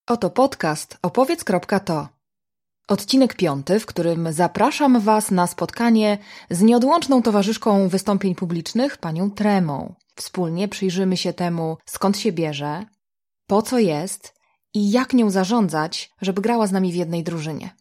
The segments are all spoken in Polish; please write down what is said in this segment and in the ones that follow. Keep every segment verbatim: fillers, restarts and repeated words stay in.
Oto podcast opowiedz kropka to. Odcinek piąty, w którym zapraszam Was na spotkanie z nieodłączną towarzyszką wystąpień publicznych, panią Tremą. Wspólnie przyjrzymy się temu, skąd się bierze, po co jest i jak nią zarządzać, żeby grała z nami w jednej drużynie.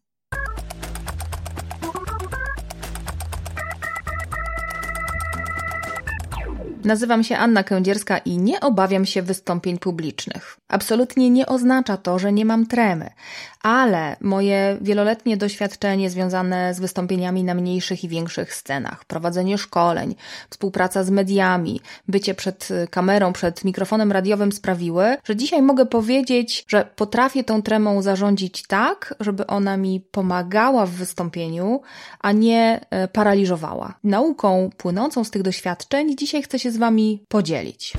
Nazywam się Anna Kędzierska i nie obawiam się wystąpień publicznych. Absolutnie nie oznacza to, że nie mam tremy, ale moje wieloletnie doświadczenie związane z wystąpieniami na mniejszych i większych scenach, prowadzenie szkoleń, współpraca z mediami, bycie przed kamerą, przed mikrofonem radiowym sprawiły, że dzisiaj mogę powiedzieć, że potrafię tą tremą zarządzić tak, żeby ona mi pomagała w wystąpieniu, a nie paraliżowała. Nauką płynącą z tych doświadczeń dzisiaj chcę się z Wami podzielić.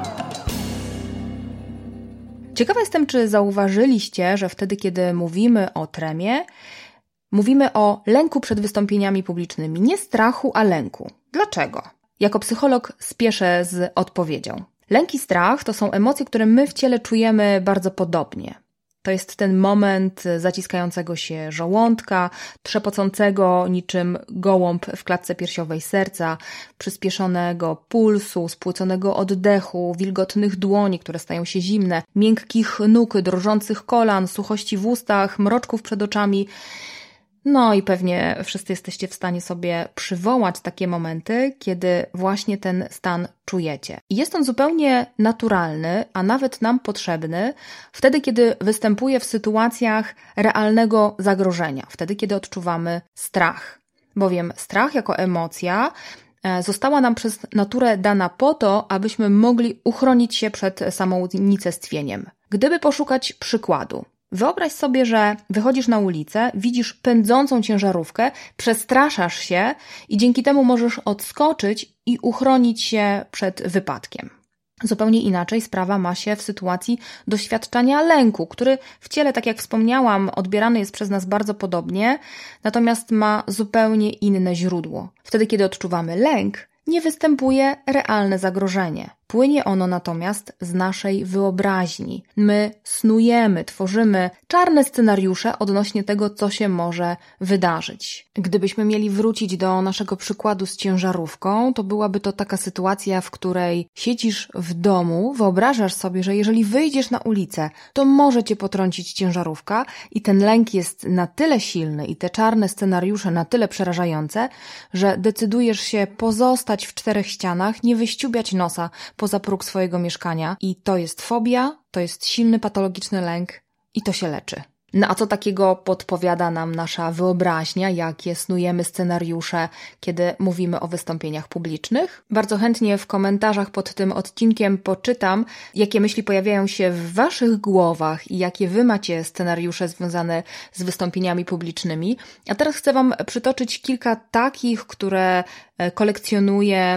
Ciekawa jestem, czy zauważyliście, że wtedy, kiedy mówimy o tremie, mówimy o lęku przed wystąpieniami publicznymi. Nie strachu, a lęku. Dlaczego? Jako psycholog spieszę z odpowiedzią. Lęk i strach to są emocje, które my w ciele czujemy bardzo podobnie. To jest ten moment zaciskającego się żołądka, trzepocącego niczym gołąb w klatce piersiowej serca, przyspieszonego pulsu, spłyconego oddechu, wilgotnych dłoni, które stają się zimne, miękkich nóg, drżących kolan, suchości w ustach, mroczków przed oczami. No i pewnie wszyscy jesteście w stanie sobie przywołać takie momenty, kiedy właśnie ten stan czujecie. I jest on zupełnie naturalny, a nawet nam potrzebny wtedy, kiedy występuje w sytuacjach realnego zagrożenia, wtedy, kiedy odczuwamy strach. Bowiem strach jako emocja została nam przez naturę dana po to, abyśmy mogli uchronić się przed samounicestwieniem. Gdyby poszukać przykładu, wyobraź sobie, że wychodzisz na ulicę, widzisz pędzącą ciężarówkę, przestraszasz się i dzięki temu możesz odskoczyć i uchronić się przed wypadkiem. Zupełnie inaczej sprawa ma się w sytuacji doświadczania lęku, który w ciele, tak jak wspomniałam, odbierany jest przez nas bardzo podobnie, natomiast ma zupełnie inne źródło. Wtedy, kiedy odczuwamy lęk, nie występuje realne zagrożenie. Płynie ono natomiast z naszej wyobraźni. My snujemy, tworzymy czarne scenariusze odnośnie tego, co się może wydarzyć. Gdybyśmy mieli wrócić do naszego przykładu z ciężarówką, to byłaby to taka sytuacja, w której siedzisz w domu, wyobrażasz sobie, że jeżeli wyjdziesz na ulicę, to może cię potrącić ciężarówka i ten lęk jest na tyle silny i te czarne scenariusze na tyle przerażające, że decydujesz się pozostać w czterech ścianach, nie wyściubiać nosa poza próg swojego mieszkania i to jest fobia, to jest silny patologiczny lęk i to się leczy. No a co takiego podpowiada nam nasza wyobraźnia, jakie snujemy scenariusze, kiedy mówimy o wystąpieniach publicznych? Bardzo chętnie w komentarzach pod tym odcinkiem poczytam, jakie myśli pojawiają się w Waszych głowach i jakie Wy macie scenariusze związane z wystąpieniami publicznymi. A teraz chcę Wam przytoczyć kilka takich, które kolekcjonuję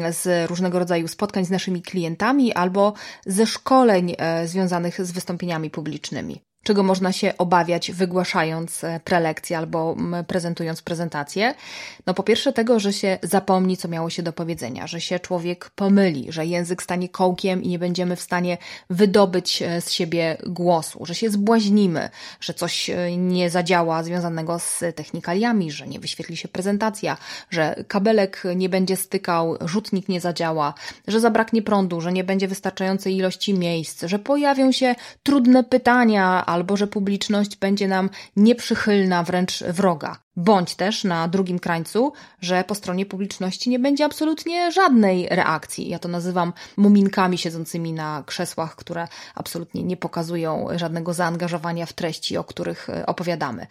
z różnego rodzaju spotkań z naszymi klientami albo ze szkoleń związanych z wystąpieniami publicznymi. Czego można się obawiać, wygłaszając prelekcję albo prezentując prezentację? No po pierwsze tego, że się zapomni, co miało się do powiedzenia, że się człowiek pomyli, że język stanie kołkiem i nie będziemy w stanie wydobyć z siebie głosu, że się zbłaźnimy, że coś nie zadziała związanego z technikaliami, że nie wyświetli się prezentacja, że kabelek nie będzie stykał, rzutnik nie zadziała, że zabraknie prądu, że nie będzie wystarczającej ilości miejsc, że pojawią się trudne pytania, albo że publiczność będzie nam nieprzychylna, wręcz wroga. Bądź też na drugim krańcu, że po stronie publiczności nie będzie absolutnie żadnej reakcji. Ja to nazywam muminkami siedzącymi na krzesłach, które absolutnie nie pokazują żadnego zaangażowania w treści, o których opowiadamy.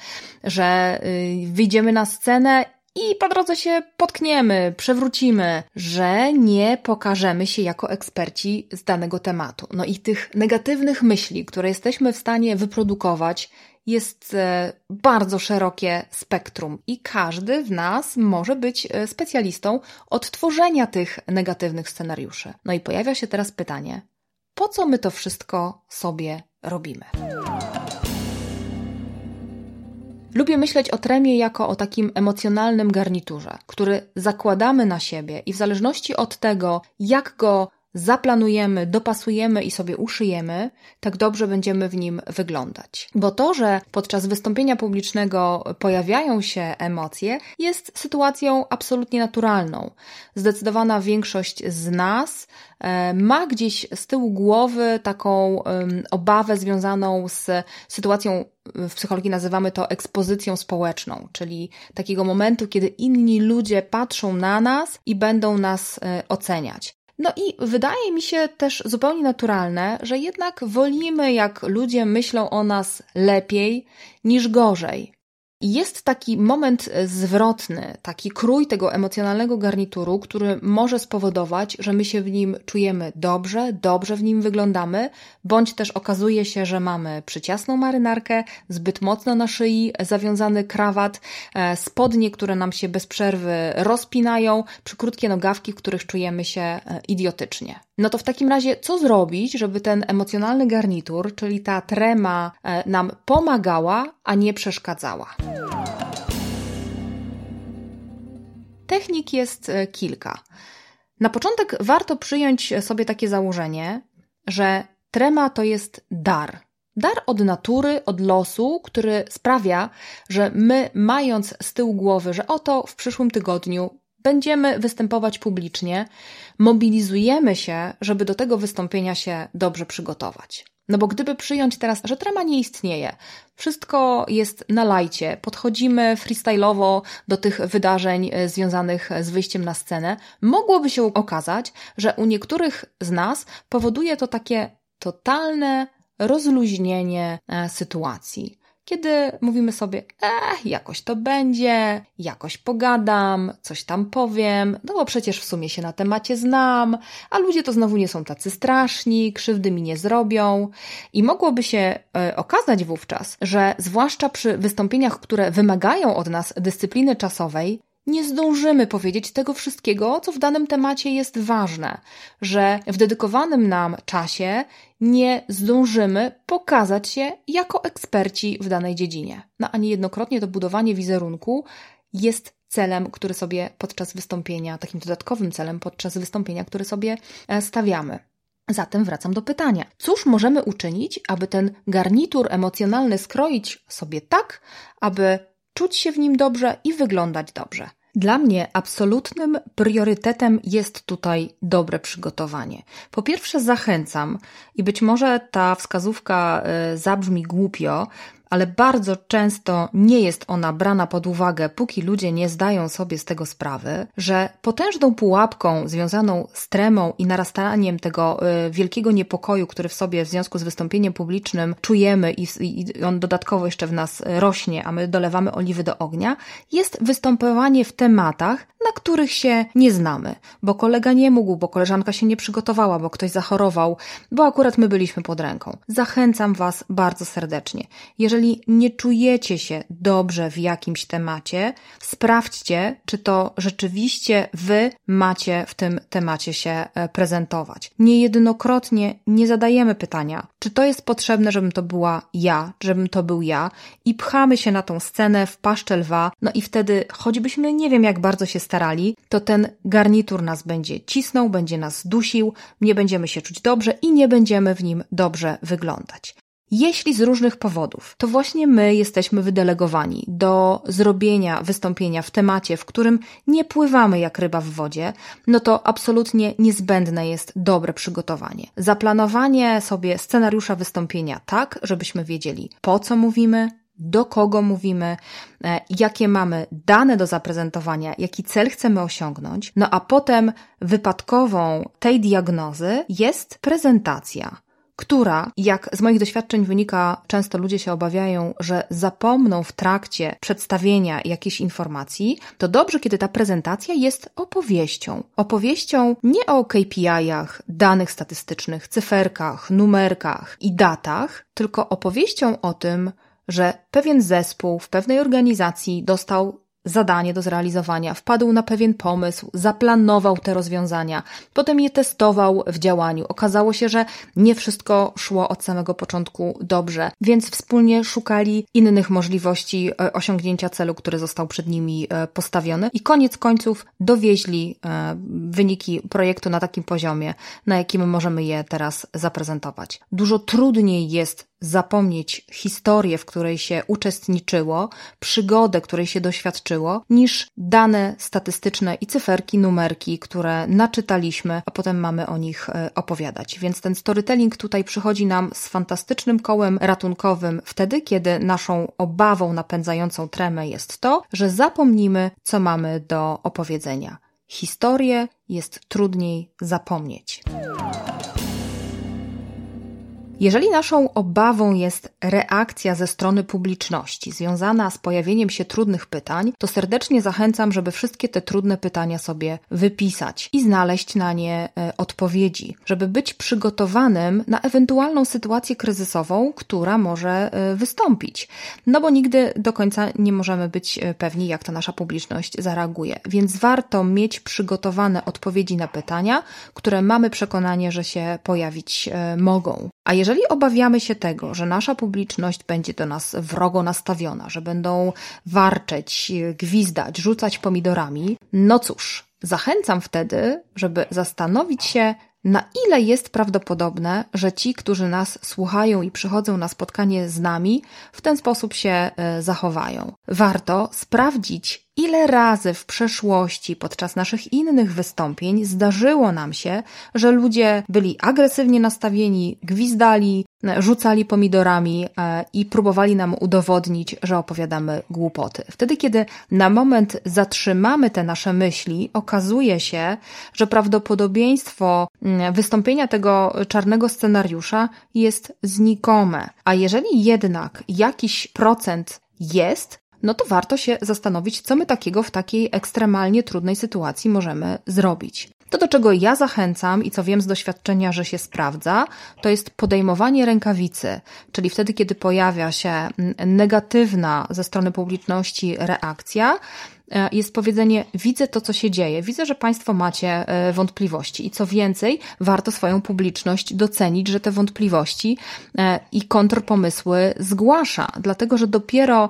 Że wyjdziemy na scenę i po drodze się potkniemy, przewrócimy, że nie pokażemy się jako eksperci z danego tematu. No i tych negatywnych myśli, które jesteśmy w stanie wyprodukować, jest bardzo szerokie spektrum i każdy w nas może być specjalistą od tworzenia tych negatywnych scenariuszy. No i pojawia się teraz pytanie, po co my to wszystko sobie robimy? Lubię myśleć o tremie jako o takim emocjonalnym garniturze, który zakładamy na siebie i w zależności od tego, jak go zaplanujemy, dopasujemy i sobie uszyjemy, tak dobrze będziemy w nim wyglądać. Bo to, że podczas wystąpienia publicznego pojawiają się emocje, jest sytuacją absolutnie naturalną. Zdecydowana większość z nas e, ma gdzieś z tyłu głowy taką e, obawę związaną z sytuacją, w psychologii nazywamy to ekspozycją społeczną, czyli takiego momentu, kiedy inni ludzie patrzą na nas i będą nas e, oceniać. No i wydaje mi się też zupełnie naturalne, że jednak wolimy, jak ludzie myślą o nas lepiej niż gorzej. I jest taki moment zwrotny, taki krój tego emocjonalnego garnituru, który może spowodować, że my się w nim czujemy dobrze, dobrze w nim wyglądamy, bądź też okazuje się, że mamy przyciasną marynarkę, zbyt mocno na szyi zawiązany krawat, spodnie, które nam się bez przerwy rozpinają, przykrótkie nogawki, w których czujemy się idiotycznie. No to w takim razie co zrobić, żeby ten emocjonalny garnitur, czyli ta trema nam pomagała, a nie przeszkadzała? Technik jest kilka. Na początek warto przyjąć sobie takie założenie, że trema to jest dar. Dar od natury, od losu, który sprawia, że my, mając z tyłu głowy, że oto w przyszłym tygodniu będziemy występować publicznie, mobilizujemy się, żeby do tego wystąpienia się dobrze przygotować. No bo gdyby przyjąć teraz, że trema nie istnieje, wszystko jest na lajcie, podchodzimy freestyle'owo do tych wydarzeń związanych z wyjściem na scenę, mogłoby się okazać, że u niektórych z nas powoduje to takie totalne rozluźnienie sytuacji. Kiedy mówimy sobie, eh, jakoś to będzie, jakoś pogadam, coś tam powiem, no bo przecież w sumie się na temacie znam, a ludzie to znowu nie są tacy straszni, krzywdy mi nie zrobią. I mogłoby się e, okazać wówczas, że zwłaszcza przy wystąpieniach, które wymagają od nas dyscypliny czasowej, nie zdążymy powiedzieć tego wszystkiego, co w danym temacie jest ważne, że w dedykowanym nam czasie nie zdążymy pokazać się jako eksperci w danej dziedzinie. No a niejednokrotnie to budowanie wizerunku jest celem, który sobie podczas wystąpienia, takim dodatkowym celem podczas wystąpienia, który sobie stawiamy. Zatem wracam do pytania. Cóż możemy uczynić, aby ten garnitur emocjonalny skroić sobie tak, aby czuć się w nim dobrze i wyglądać dobrze? Dla mnie absolutnym priorytetem jest tutaj dobre przygotowanie. Po pierwsze zachęcam i być może ta wskazówka y, zabrzmi głupio, ale bardzo często nie jest ona brana pod uwagę, póki ludzie nie zdają sobie z tego sprawy, że potężną pułapką związaną z tremą i narastaniem tego y, wielkiego niepokoju, który w sobie w związku z wystąpieniem publicznym czujemy i, i on dodatkowo jeszcze w nas rośnie, a my dolewamy oliwy do ognia, jest występowanie w tematach, na których się nie znamy, bo kolega nie mógł, bo koleżanka się nie przygotowała, bo ktoś zachorował, bo akurat my byliśmy pod ręką. Zachęcam Was bardzo serdecznie. Jeżeli nie czujecie się dobrze w jakimś temacie, sprawdźcie, czy to rzeczywiście Wy macie w tym temacie się prezentować. Niejednokrotnie nie zadajemy pytania, czy to jest potrzebne, żebym to była ja, żebym to był ja i pchamy się na tą scenę w paszczę lwa, no i wtedy, choćbyśmy nie wiem jak bardzo się starali, to ten garnitur nas będzie cisnął, będzie nas dusił, nie będziemy się czuć dobrze i nie będziemy w nim dobrze wyglądać. Jeśli z różnych powodów, to właśnie my jesteśmy wydelegowani do zrobienia wystąpienia w temacie, w którym nie pływamy jak ryba w wodzie, no to absolutnie niezbędne jest dobre przygotowanie. Zaplanowanie sobie scenariusza wystąpienia tak, żebyśmy wiedzieli, po co mówimy, do kogo mówimy, jakie mamy dane do zaprezentowania, jaki cel chcemy osiągnąć, no a potem wypadkową tej diagnozy jest prezentacja, która, jak z moich doświadczeń wynika, często ludzie się obawiają, że zapomną w trakcie przedstawienia jakiejś informacji, to dobrze, kiedy ta prezentacja jest opowieścią. Opowieścią nie o K P I-ach, danych statystycznych, cyferkach, numerkach i datach, tylko opowieścią o tym, że pewien zespół w pewnej organizacji dostał zadanie do zrealizowania, wpadł na pewien pomysł, zaplanował te rozwiązania, potem je testował w działaniu. Okazało się, że nie wszystko szło od samego początku dobrze, więc wspólnie szukali innych możliwości osiągnięcia celu, który został przed nimi postawiony i koniec końców dowieźli wyniki projektu na takim poziomie, na jakim możemy je teraz zaprezentować. Dużo trudniej jest zapomnieć historię, w której się uczestniczyło, przygodę, której się doświadczyło, niż dane statystyczne i cyferki, numerki, które naczytaliśmy, a potem mamy o nich opowiadać. Więc ten storytelling tutaj przychodzi nam z fantastycznym kołem ratunkowym wtedy, kiedy naszą obawą napędzającą tremę jest to, że zapomnimy, co mamy do opowiedzenia. Historię jest trudniej zapomnieć. Jeżeli naszą obawą jest reakcja ze strony publiczności związana z pojawieniem się trudnych pytań, to serdecznie zachęcam, żeby wszystkie te trudne pytania sobie wypisać i znaleźć na nie odpowiedzi, żeby być przygotowanym na ewentualną sytuację kryzysową, która może wystąpić. No bo nigdy do końca nie możemy być pewni, jak ta nasza publiczność zareaguje, więc warto mieć przygotowane odpowiedzi na pytania, które mamy przekonanie, że się pojawić mogą. A jeżeli obawiamy się tego, że nasza publiczność będzie do nas wrogo nastawiona, że będą warczeć, gwizdać, rzucać pomidorami, no cóż, zachęcam wtedy, żeby zastanowić się, na ile jest prawdopodobne, że ci, którzy nas słuchają i przychodzą na spotkanie z nami, w ten sposób się zachowają. Warto sprawdzić, ile razy w przeszłości podczas naszych innych wystąpień zdarzyło nam się, że ludzie byli agresywnie nastawieni, gwizdali, rzucali pomidorami i próbowali nam udowodnić, że opowiadamy głupoty. Wtedy, kiedy na moment zatrzymamy te nasze myśli, okazuje się, że prawdopodobieństwo wystąpienia tego czarnego scenariusza jest znikome. A jeżeli jednak jakiś procent jest, no to warto się zastanowić, co my takiego w takiej ekstremalnie trudnej sytuacji możemy zrobić. To, do czego ja zachęcam i co wiem z doświadczenia, że się sprawdza, to jest podejmowanie rękawicy, czyli wtedy, kiedy pojawia się negatywna ze strony publiczności reakcja, jest powiedzenie: widzę to, co się dzieje, widzę, że Państwo macie wątpliwości i co więcej, warto swoją publiczność docenić, że te wątpliwości i kontrpomysły zgłasza, dlatego że dopiero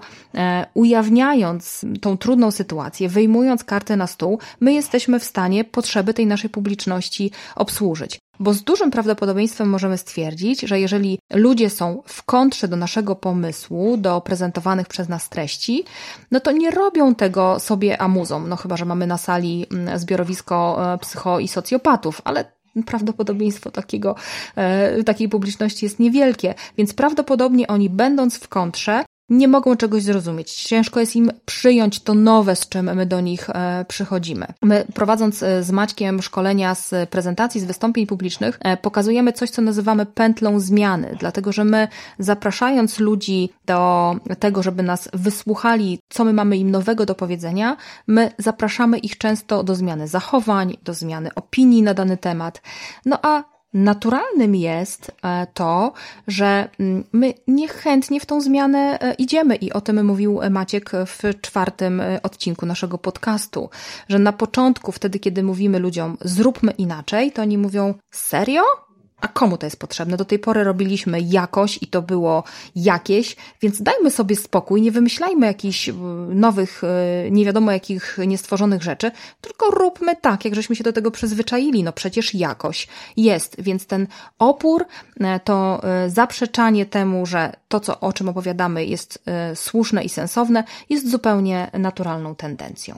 ujawniając tą trudną sytuację, wyjmując kartę na stół, my jesteśmy w stanie potrzeby tej naszej publiczności obsłużyć. Bo z dużym prawdopodobieństwem możemy stwierdzić, że jeżeli ludzie są w kontrze do naszego pomysłu, do prezentowanych przez nas treści, no to nie robią tego sobie amuzą, no chyba że mamy na sali zbiorowisko psycho i socjopatów, ale prawdopodobieństwo takiego, takiej publiczności jest niewielkie, więc prawdopodobnie oni, będąc w kontrze, nie mogą czegoś zrozumieć. Ciężko jest im przyjąć to nowe, z czym my do nich e, przychodzimy. My, prowadząc z Maćkiem szkolenia z prezentacji, z wystąpień publicznych, e, pokazujemy coś, co nazywamy pętlą zmiany, dlatego że my, zapraszając ludzi do tego, żeby nas wysłuchali, co my mamy im nowego do powiedzenia, my zapraszamy ich często do zmiany zachowań, do zmiany opinii na dany temat. No a naturalnym jest to, że my niechętnie w tą zmianę idziemy i o tym mówił Maciek w czwartym odcinku naszego podcastu, że na początku, wtedy kiedy mówimy ludziom zróbmy inaczej, to oni mówią: serio? A komu to jest potrzebne? Do tej pory robiliśmy jakoś i to było jakieś, więc dajmy sobie spokój, nie wymyślajmy jakichś nowych, nie wiadomo jakich niestworzonych rzeczy, tylko róbmy tak, jak żeśmy się do tego przyzwyczaili. No przecież jakoś jest, więc ten opór, to zaprzeczanie temu, że to, co, o czym opowiadamy, jest słuszne i sensowne, jest zupełnie naturalną tendencją.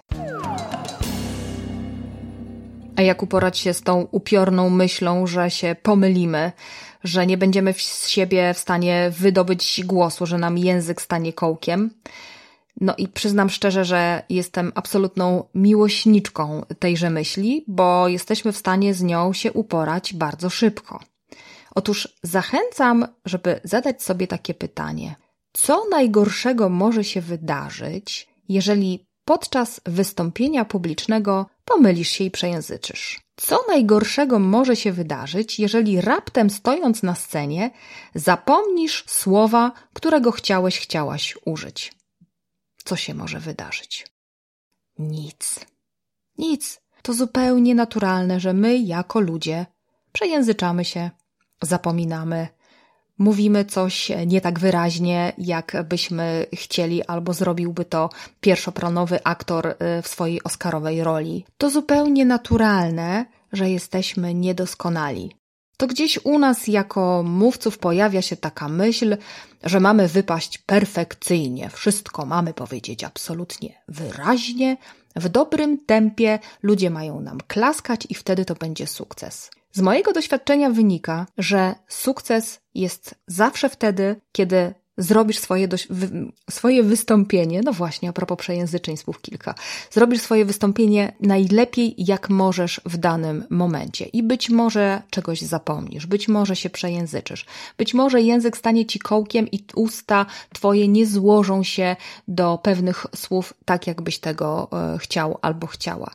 A jak uporać się z tą upiorną myślą, że się pomylimy, że nie będziemy z siebie w stanie wydobyć głosu, że nam język stanie kołkiem? No i przyznam szczerze, że jestem absolutną miłośniczką tejże myśli, bo jesteśmy w stanie z nią się uporać bardzo szybko. Otóż zachęcam, żeby zadać sobie takie pytanie. Co najgorszego może się wydarzyć, jeżeli podczas wystąpienia publicznego pomylisz się i przejęzyczysz? Co najgorszego może się wydarzyć, jeżeli raptem stojąc na scenie zapomnisz słowa, którego chciałeś, chciałaś użyć? Co się może wydarzyć? Nic. Nic. To zupełnie naturalne, że my jako ludzie przejęzyczamy się, zapominamy, mówimy coś nie tak wyraźnie, jak byśmy chcieli, albo zrobiłby to pierwszoplanowy aktor w swojej oscarowej roli. To zupełnie naturalne, że jesteśmy niedoskonali. To gdzieś u nas jako mówców pojawia się taka myśl, że mamy wypaść perfekcyjnie, wszystko mamy powiedzieć absolutnie wyraźnie, w dobrym tempie, ludzie mają nam klaskać i wtedy to będzie sukces. Z mojego doświadczenia wynika, że sukces jest zawsze wtedy, kiedy zrobisz swoje, doś- wy- swoje wystąpienie, no właśnie, a propos przejęzyczeń słów kilka, zrobisz swoje wystąpienie najlepiej jak możesz w danym momencie i być może czegoś zapomnisz, być może się przejęzyczysz, być może język stanie ci kołkiem i usta twoje nie złożą się do pewnych słów tak, jakbyś tego e, chciał albo chciała,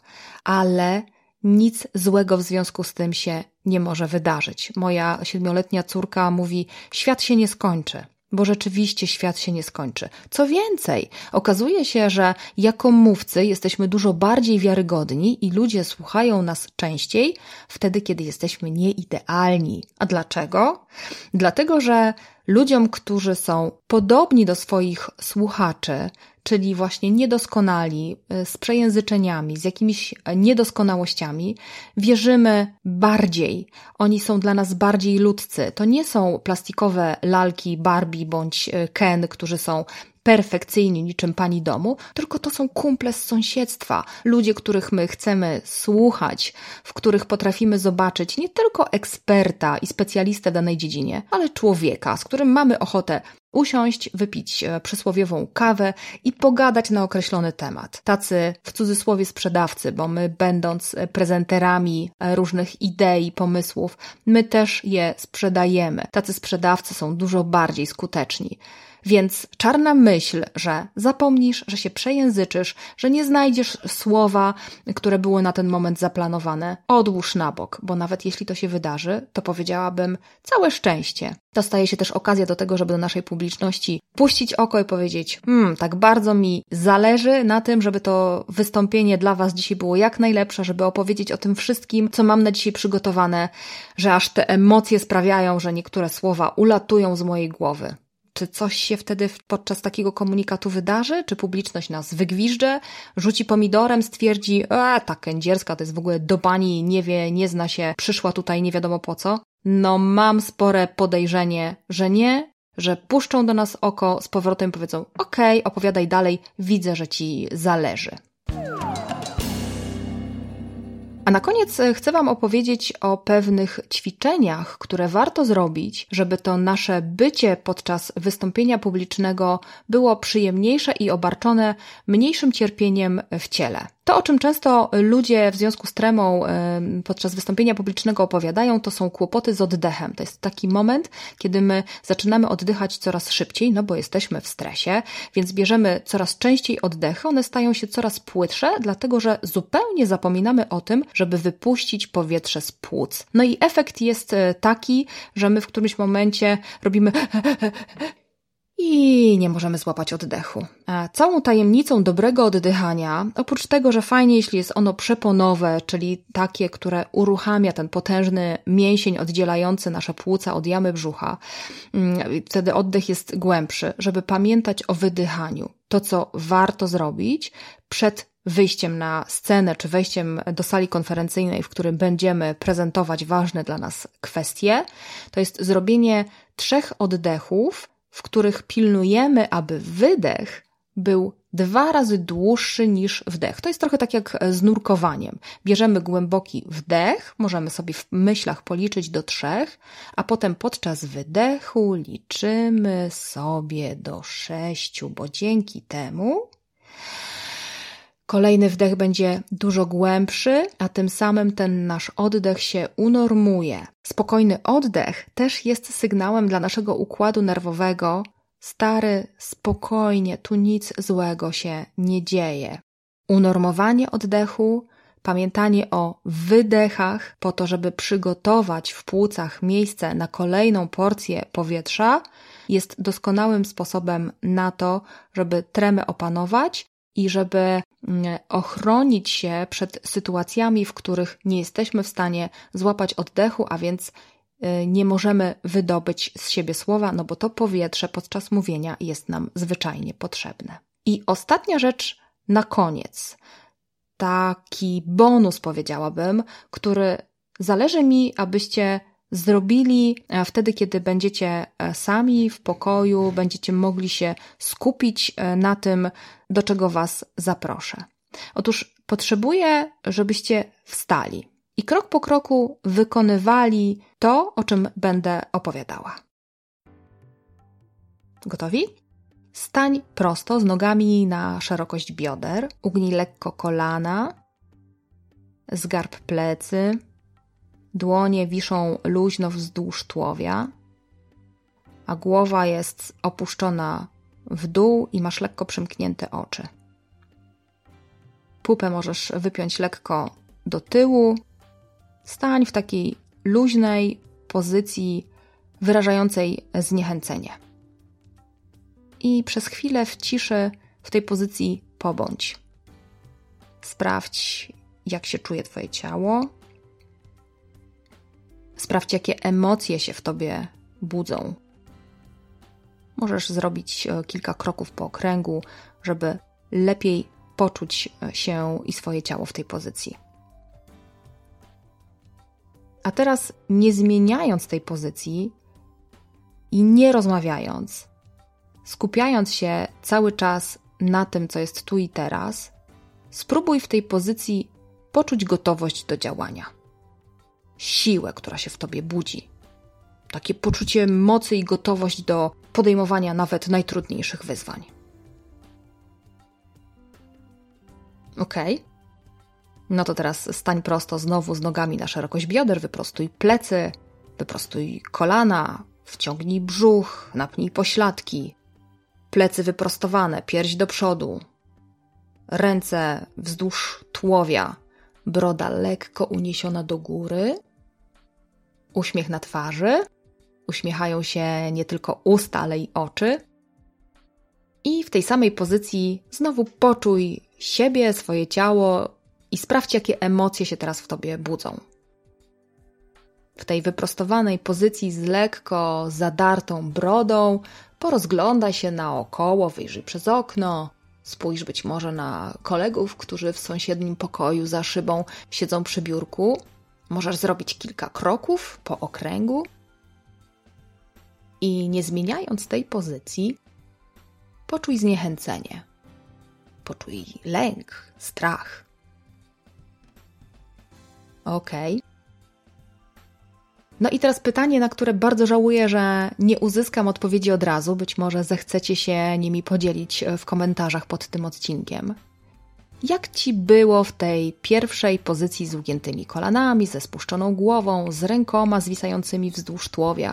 ale nic złego w związku z tym się nie może wydarzyć. Moja siedmioletnia córka mówi, świat się nie skończy. Bo rzeczywiście świat się nie skończy. Co więcej, okazuje się, że jako mówcy jesteśmy dużo bardziej wiarygodni i ludzie słuchają nas częściej wtedy, kiedy jesteśmy nieidealni. A dlaczego? Dlatego, że ludziom, którzy są podobni do swoich słuchaczy, czyli właśnie niedoskonali, z przejęzyczeniami, z jakimiś niedoskonałościami, wierzymy bardziej. Oni są dla nas bardziej ludzcy. To nie są plastikowe lalki Barbie bądź Ken, którzy są perfekcyjni niczym pani domu, tylko to są kumple z sąsiedztwa, ludzie, których my chcemy słuchać, w których potrafimy zobaczyć nie tylko eksperta i specjalistę w danej dziedzinie, ale człowieka, z którym mamy ochotę usiąść, wypić przysłowiową kawę i pogadać na określony temat. Tacy w cudzysłowie sprzedawcy, bo my będąc prezenterami różnych idei, pomysłów, my też je sprzedajemy. Tacy sprzedawcy są dużo bardziej skuteczni. Więc czarna myśl, że zapomnisz, że się przejęzyczysz, że nie znajdziesz słowa, które były na ten moment zaplanowane, odłóż na bok, bo nawet jeśli to się wydarzy, to powiedziałabym całe szczęście. To staje się też okazja do tego, żeby do naszej publiczności puścić oko i powiedzieć, hmm, tak bardzo mi zależy na tym, żeby to wystąpienie dla Was dzisiaj było jak najlepsze, żeby opowiedzieć o tym wszystkim, co mam na dzisiaj przygotowane, że aż te emocje sprawiają, że niektóre słowa ulatują z mojej głowy. Czy coś się wtedy podczas takiego komunikatu wydarzy? Czy publiczność nas wygwiżdże, rzuci pomidorem, stwierdzi, a ta kędzierska to jest w ogóle do bani, nie wie, nie zna się, przyszła tutaj nie wiadomo po co? No mam spore podejrzenie, że nie, że puszczą do nas oko z powrotem i powiedzą, okej, okay, opowiadaj dalej, widzę, że Ci zależy. A na koniec chcę Wam opowiedzieć o pewnych ćwiczeniach, które warto zrobić, żeby to nasze bycie podczas wystąpienia publicznego było przyjemniejsze i obarczone mniejszym cierpieniem w ciele. To, o czym często ludzie w związku z tremą podczas wystąpienia publicznego opowiadają, to są kłopoty z oddechem. To jest taki moment, kiedy my zaczynamy oddychać coraz szybciej, no bo jesteśmy w stresie, więc bierzemy coraz częściej oddechy, one stają się coraz płytsze, dlatego że zupełnie zapominamy o tym, żeby wypuścić powietrze z płuc. No i efekt jest taki, że my w którymś momencie robimy i nie możemy złapać oddechu. A całą tajemnicą dobrego oddychania, oprócz tego, że fajnie, jeśli jest ono przeponowe, czyli takie, które uruchamia ten potężny mięsień oddzielający nasze płuca od jamy brzucha, wtedy oddech jest głębszy, żeby pamiętać o wydychaniu. To, co warto zrobić przed wyjściem na scenę, czy wejściem do sali konferencyjnej, w którym będziemy prezentować ważne dla nas kwestie, to jest zrobienie trzech oddechów, w których pilnujemy, aby wydech był dwa razy dłuższy niż wdech. To jest trochę tak jak z nurkowaniem. Bierzemy głęboki wdech, możemy sobie w myślach policzyć do trzech, a potem podczas wydechu liczymy sobie do sześciu, bo dzięki temu kolejny wdech będzie dużo głębszy, a tym samym ten nasz oddech się unormuje. Spokojny oddech też jest sygnałem dla naszego układu nerwowego. Stary, spokojnie, tu nic złego się nie dzieje. Unormowanie oddechu, pamiętanie o wydechach po to, żeby przygotować w płucach miejsce na kolejną porcję powietrza, jest doskonałym sposobem na to, żeby tremę opanować i żeby ochronić się przed sytuacjami, w których nie jesteśmy w stanie złapać oddechu, a więc nie możemy wydobyć z siebie słowa, no bo to powietrze podczas mówienia jest nam zwyczajnie potrzebne. I ostatnia rzecz na koniec. Taki bonus, powiedziałabym, który zależy mi, abyście zrobili wtedy, kiedy będziecie sami w pokoju, będziecie mogli się skupić na tym, do czego Was zaproszę. Otóż potrzebuję, żebyście wstali i krok po kroku wykonywali to, o czym będę opowiadała. Gotowi? Stań prosto, z nogami na szerokość bioder, ugnij lekko kolana, zgarb plecy, dłonie wiszą luźno wzdłuż tułowia, a głowa jest opuszczona w dół i masz lekko przymknięte oczy. Pupę możesz wypiąć lekko do tyłu. Stań w takiej luźnej pozycji wyrażającej zniechęcenie. I przez chwilę w ciszy w tej pozycji pobądź. Sprawdź, jak się czuje Twoje ciało. Sprawdź, jakie emocje się w Tobie budzą. Możesz zrobić kilka kroków po okręgu, żeby lepiej poczuć się i swoje ciało w tej pozycji. A teraz, nie zmieniając tej pozycji i nie rozmawiając, skupiając się cały czas na tym, co jest tu i teraz, spróbuj w tej pozycji poczuć gotowość do działania. Siłę, która się w Tobie budzi. Takie poczucie mocy i gotowość do podejmowania nawet najtrudniejszych wyzwań. Ok? No to teraz stań prosto znowu z nogami na szerokość bioder, wyprostuj plecy, wyprostuj kolana, wciągnij brzuch, napnij pośladki, plecy wyprostowane, pierś do przodu, ręce wzdłuż tułowia, broda lekko uniesiona do góry, uśmiech na twarzy, uśmiechają się nie tylko usta, ale i oczy. I w tej samej pozycji znowu poczuj siebie, swoje ciało i sprawdź, jakie emocje się teraz w Tobie budzą. W tej wyprostowanej pozycji z lekko zadartą brodą porozglądaj się naokoło, wyjrzyj przez okno, spójrz być może na kolegów, którzy w sąsiednim pokoju za szybą siedzą przy biurku. Możesz zrobić kilka kroków po okręgu i nie zmieniając tej pozycji, poczuj zniechęcenie, poczuj lęk, strach. Okej. Okay. No i teraz pytanie, na które bardzo żałuję, że nie uzyskam odpowiedzi od razu. Być może zechcecie się nimi podzielić w komentarzach pod tym odcinkiem. Jak Ci było w tej pierwszej pozycji z ugiętymi kolanami, ze spuszczoną głową, z rękoma zwisającymi wzdłuż tułowia?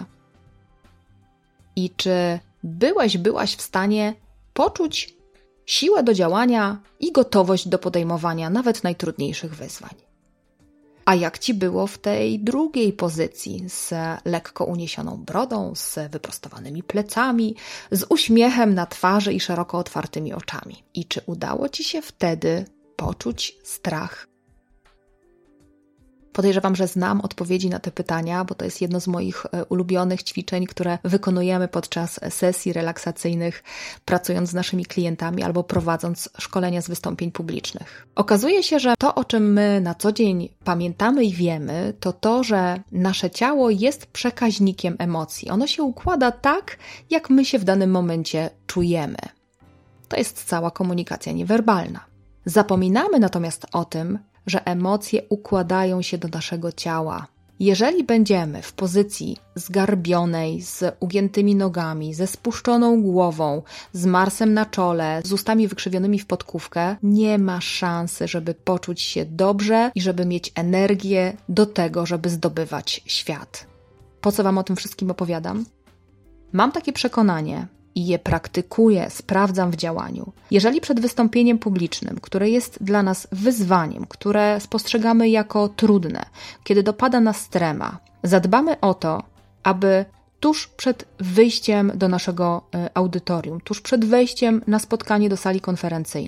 I czy byłeś, byłaś w stanie poczuć siłę do działania i gotowość do podejmowania nawet najtrudniejszych wyzwań? A jak Ci było w tej drugiej pozycji z lekko uniesioną brodą, z wyprostowanymi plecami, z uśmiechem na twarzy i szeroko otwartymi oczami? I czy udało Ci się wtedy poczuć strach? Podejrzewam, że znam odpowiedzi na te pytania, bo to jest jedno z moich ulubionych ćwiczeń, które wykonujemy podczas sesji relaksacyjnych, pracując z naszymi klientami albo prowadząc szkolenia z wystąpień publicznych. Okazuje się, że to, o czym my na co dzień pamiętamy i wiemy, to to, że nasze ciało jest przekaźnikiem emocji. Ono się układa tak, jak my się w danym momencie czujemy. To jest cała komunikacja niewerbalna. Zapominamy natomiast o tym, że emocje układają się do naszego ciała. Jeżeli będziemy w pozycji zgarbionej, z ugiętymi nogami, ze spuszczoną głową, z marsem na czole, z ustami wykrzywionymi w podkówkę, nie ma szansy, żeby poczuć się dobrze i żeby mieć energię do tego, żeby zdobywać świat. Po co Wam o tym wszystkim opowiadam? Mam takie przekonanie, i je praktykuję, sprawdzam w działaniu. Jeżeli przed wystąpieniem publicznym, które jest dla nas wyzwaniem, które spostrzegamy jako trudne, kiedy dopada nas trema, zadbamy o to, aby tuż przed wyjściem do naszego audytorium, tuż przed wejściem na spotkanie do sali konferencyjnej,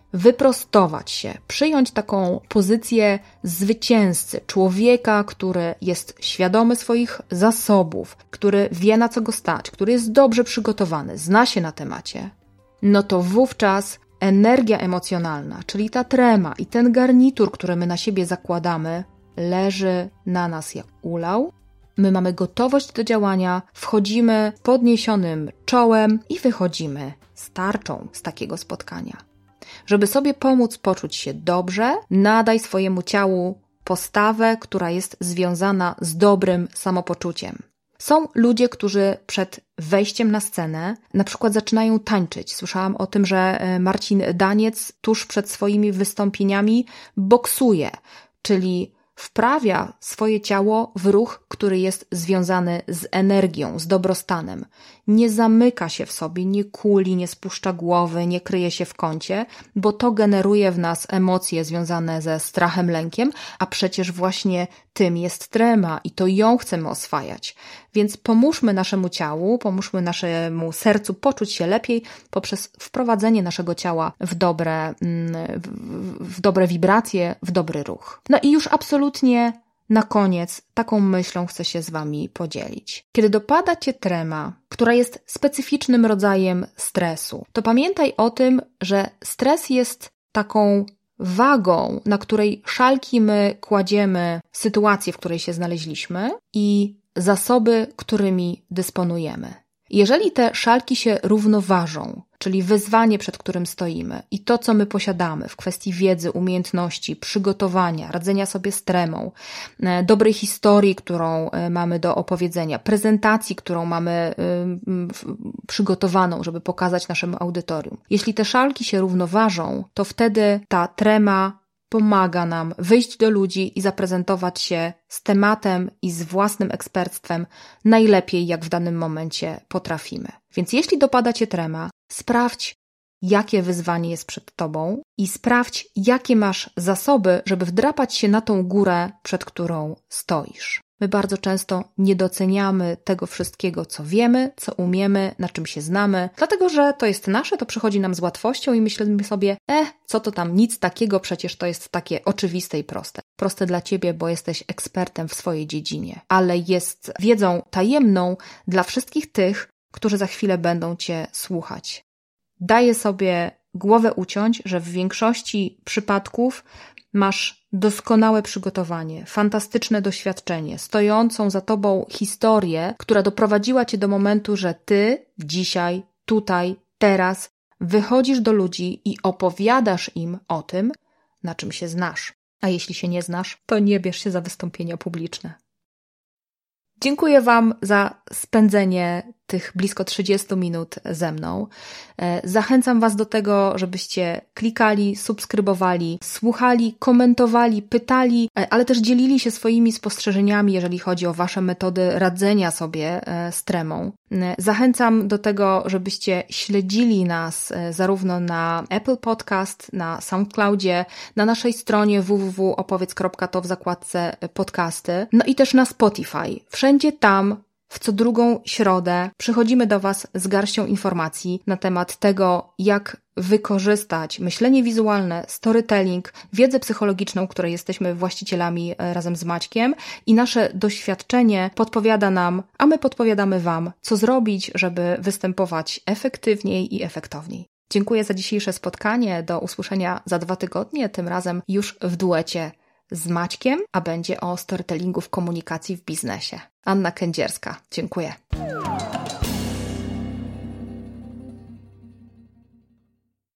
wyprostować się, przyjąć taką pozycję zwycięzcy, człowieka, który jest świadomy swoich zasobów, który wie, na co go stać, który jest dobrze przygotowany, zna się na temacie, no to wówczas energia emocjonalna, czyli ta trema i ten garnitur, który my na siebie zakładamy, leży na nas jak ulał. My mamy gotowość do działania, wchodzimy podniesionym czołem i wychodzimy z tarczą z takiego spotkania. Żeby sobie pomóc poczuć się dobrze, nadaj swojemu ciału postawę, która jest związana z dobrym samopoczuciem. Są ludzie, którzy przed wejściem na scenę na przykład zaczynają tańczyć. Słyszałam o tym, że Marcin Daniec tuż przed swoimi wystąpieniami boksuje, czyli wprawia swoje ciało w ruch, który jest związany z energią, z dobrostanem. Nie zamyka się w sobie, nie kuli, nie spuszcza głowy, nie kryje się w kącie, bo to generuje w nas emocje związane ze strachem, lękiem, a przecież właśnie tym jest trema i to ją chcemy oswajać. Więc pomóżmy naszemu ciału, pomóżmy naszemu sercu poczuć się lepiej poprzez wprowadzenie naszego ciała w dobre, w, w dobre wibracje, w dobry ruch. No i już absolutnie na koniec taką myślą chcę się z Wami podzielić. Kiedy dopada Cię trema, która jest specyficznym rodzajem stresu, to pamiętaj o tym, że stres jest taką wagą, na której szalki my kładziemy sytuację, w której się znaleźliśmy i zasoby, którymi dysponujemy. Jeżeli te szalki się równoważą, czyli wyzwanie, przed którym stoimy i to, co my posiadamy w kwestii wiedzy, umiejętności, przygotowania, radzenia sobie z tremą, dobrej historii, którą mamy do opowiedzenia, prezentacji, którą mamy przygotowaną, żeby pokazać naszemu audytorium. Jeśli te szalki się równoważą, to wtedy ta trema pomaga nam wyjść do ludzi i zaprezentować się z tematem i z własnym ekspertstwem najlepiej, jak w danym momencie potrafimy. Więc jeśli dopada Cię trema, sprawdź, jakie wyzwanie jest przed Tobą i sprawdź, jakie masz zasoby, żeby wdrapać się na tą górę, przed którą stoisz. My bardzo często nie doceniamy tego wszystkiego, co wiemy, co umiemy, na czym się znamy, dlatego że to jest nasze, to przychodzi nam z łatwością i myślimy sobie, eh, co to tam, nic takiego, przecież to jest takie oczywiste i proste. Proste dla Ciebie, bo jesteś ekspertem w swojej dziedzinie, ale jest wiedzą tajemną dla wszystkich tych, którzy za chwilę będą Cię słuchać. Daję sobie głowę uciąć, że w większości przypadków masz doskonałe przygotowanie, fantastyczne doświadczenie, stojącą za Tobą historię, która doprowadziła Cię do momentu, że Ty dzisiaj, tutaj, teraz wychodzisz do ludzi i opowiadasz im o tym, na czym się znasz. A jeśli się nie znasz, to nie bierz się za wystąpienia publiczne. Dziękuję Wam za spędzenie tych blisko trzydziestu minut ze mną. Zachęcam Was do tego, żebyście klikali, subskrybowali, słuchali, komentowali, pytali, ale też dzielili się swoimi spostrzeżeniami, jeżeli chodzi o Wasze metody radzenia sobie z tremą. Zachęcam do tego, żebyście śledzili nas zarówno na Apple Podcast, na SoundCloudzie, na naszej stronie w w w kropka opowiedz kropka to w zakładce podcasty, no i też na Spotify. Wszędzie tam w co drugą środę przychodzimy do Was z garścią informacji na temat tego, jak wykorzystać myślenie wizualne, storytelling, wiedzę psychologiczną, której jesteśmy właścicielami razem z Maćkiem i nasze doświadczenie podpowiada nam, a my podpowiadamy Wam, co zrobić, żeby występować efektywniej i efektowniej. Dziękuję za dzisiejsze spotkanie. Do usłyszenia za dwa tygodnie, tym razem już w duecie z Maćkiem, a będzie o storytellingu w komunikacji w biznesie. Anna Kędzierska. Dziękuję.